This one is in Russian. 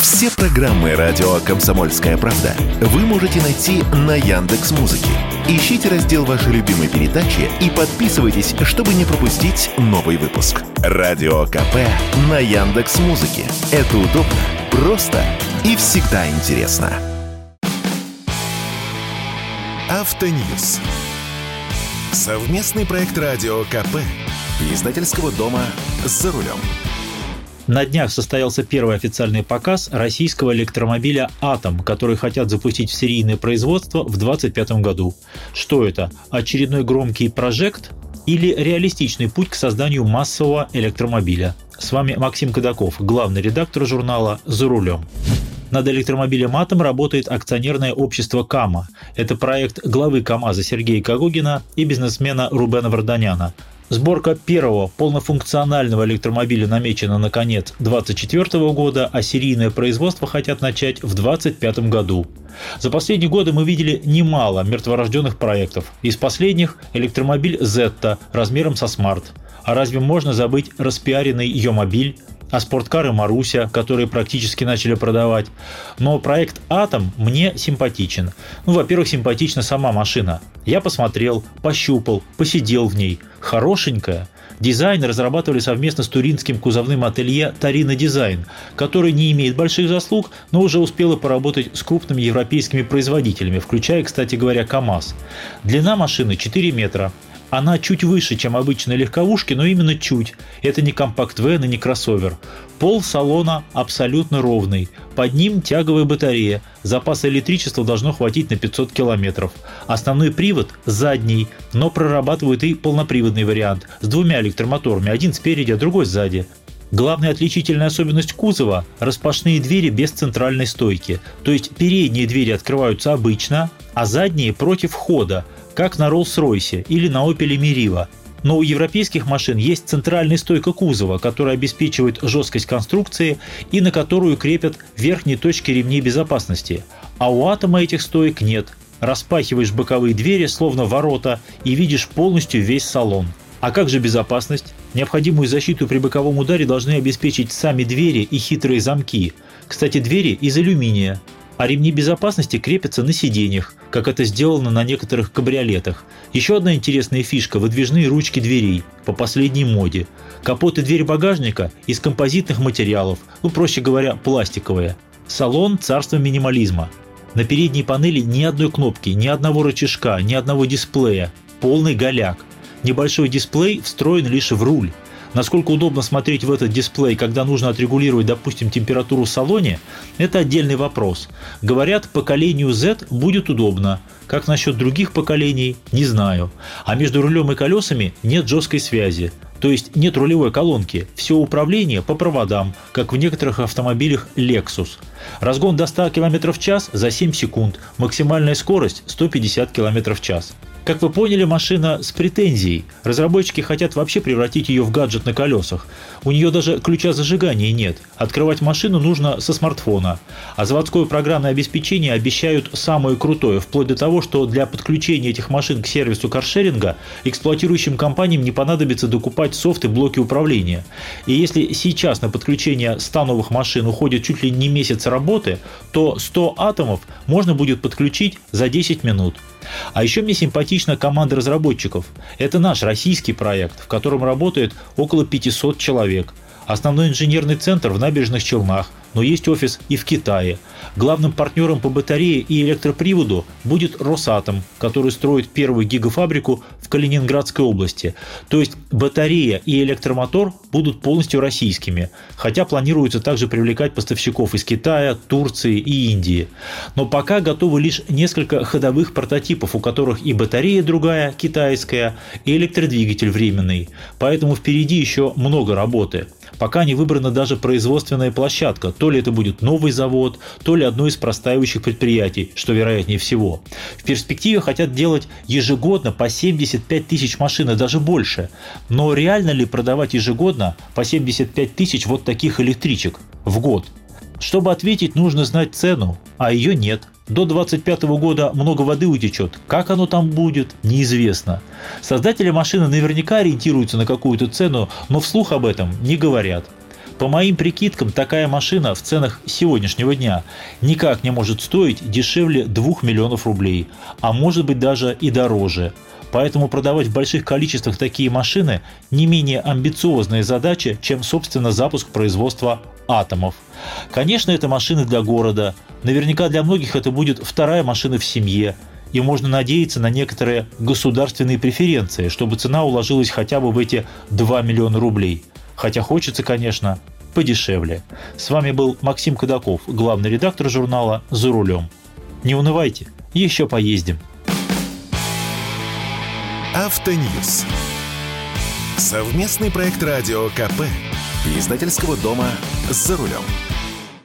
Все программы радио «Комсомольская правда» вы можете найти на Яндекс.Музыке. Ищите раздел вашей любимой передачи и подписывайтесь, чтобы не пропустить новый выпуск. Радио КП на Яндекс.Музыке. Это удобно, просто и всегда интересно. Автоньюз. Совместный проект радио КП и издательского дома «За рулем». На днях состоялся первый официальный показ российского электромобиля «Атом», который хотят запустить в серийное производство в 2025 году. Что это? Очередной громкий прожект или реалистичный путь к созданию массового электромобиля? С вами Максим Кадаков, главный редактор журнала «За рулем». Над электромобилем «Атом» работает акционерное общество «Кама». Это проект главы КамАЗа Сергея Кагогина и бизнесмена Рубена Варданяна. Сборка первого полнофункционального электромобиля намечена на конец 2024 года, а серийное производство хотят начать в 2025 году. За последние годы мы видели немало мертворожденных проектов. Из последних – электромобиль «Зетта» размером со «Смарт». А разве можно забыть распиаренный «Йомобиль», а спорткары «Маруся», которые практически начали продавать. Но проект «Атом» мне симпатичен. Во-первых, симпатична сама машина. Я посмотрел, пощупал, посидел в ней. Хорошенькая. Дизайн разрабатывали совместно с туринским кузовным ателье «Торина Дизайн», который не имеет больших заслуг, но уже успела поработать с крупными европейскими производителями, включая, кстати говоря, КамАЗ. Длина машины 4 метра. Она чуть выше, чем обычные легковушки, но именно чуть. Это не компакт-вэн и не кроссовер. Пол салона абсолютно ровный. Под ним тяговая батарея. Запаса электричества должно хватить на 500 километров. Основной привод задний, но прорабатывают и полноприводный вариант с двумя электромоторами, один спереди, а другой сзади. Главная отличительная особенность кузова – распашные двери без центральной стойки. То есть передние двери открываются обычно, а задние против входа, как на Rolls-Royce или на Opel Meriva. Но у европейских машин есть центральная стойка кузова, которая обеспечивает жесткость конструкции и на которую крепят верхние точки ремней безопасности. А у «Атома» этих стоек нет. Распахиваешь боковые двери, словно ворота, и видишь полностью весь салон. А как же безопасность? Необходимую защиту при боковом ударе должны обеспечить сами двери и хитрые замки. Кстати, двери из алюминия. А ремни безопасности крепятся на сиденьях, как это сделано на некоторых кабриолетах. Еще одна интересная фишка – выдвижные ручки дверей, по последней моде. Капот и дверь багажника из композитных материалов, проще говоря, пластиковые. Салон – царство минимализма. На передней панели ни одной кнопки, ни одного рычажка, ни одного дисплея. Полный голяк. Небольшой дисплей встроен лишь в руль. Насколько удобно смотреть в этот дисплей, когда нужно отрегулировать, допустим, температуру в салоне, это отдельный вопрос. Говорят, поколению Z будет удобно. Как насчет других поколений, не знаю. А между рулем и колесами нет жесткой связи. То есть нет рулевой колонки. Все управление по проводам, как в некоторых автомобилях Lexus. Разгон до 100 км в час за 7 секунд. Максимальная скорость 150 км в час. Как вы поняли, машина с претензией. Разработчики хотят вообще превратить ее в гаджет на колесах. У нее даже ключа зажигания нет. Открывать машину нужно со смартфона. А заводское программное обеспечение обещают самое крутое, вплоть до того, что для подключения этих машин к сервису каршеринга эксплуатирующим компаниям не понадобится докупать софт и блоки управления. И если сейчас на подключение 100 новых машин уходит чуть ли не месяц работы, то 100 атомов можно будет подключить за 10 минут. А еще мне симпатична команда разработчиков. Это наш российский проект, в котором работает около 500 человек. Основной инженерный центр в Набережных Челнах, но есть офис и в Китае. Главным партнером по батарее и электроприводу будет Росатом, который строит первую гигафабрику в Калининградской области. То есть батарея и электромотор будут полностью российскими, хотя планируется также привлекать поставщиков из Китая, Турции и Индии. Но пока готовы лишь несколько ходовых прототипов, у которых и батарея другая, китайская, и электродвигатель временный. Поэтому впереди еще много работы. Пока не выбрана даже производственная площадка, то ли это будет новый завод, то ли одно из простаивающих предприятий, что вероятнее всего. В перспективе хотят делать ежегодно по 75 тысяч машин и даже больше. Но реально ли продавать ежегодно по 75 тысяч вот таких электричек в год? Чтобы ответить, нужно знать цену, а ее нет. До 2025 года много воды утечет. Как оно там будет, неизвестно. Создатели машины наверняка ориентируются на какую-то цену, но вслух об этом не говорят. По моим прикидкам, такая машина в ценах сегодняшнего дня никак не может стоить дешевле 2 миллионов рублей, а может быть даже и дороже. Поэтому продавать в больших количествах такие машины не менее амбициозная задача, чем, собственно, запуск производства атомов. Конечно, это машины для города. Наверняка для многих это будет вторая машина в семье. И можно надеяться на некоторые государственные преференции, чтобы цена уложилась хотя бы в эти 2 миллиона рублей. Хотя хочется, конечно, подешевле. С вами был Максим Кадаков, главный редактор журнала «За рулем». Не унывайте, еще поездим. Автоньюз. Совместный проект радио КП и издательского дома «За рулем».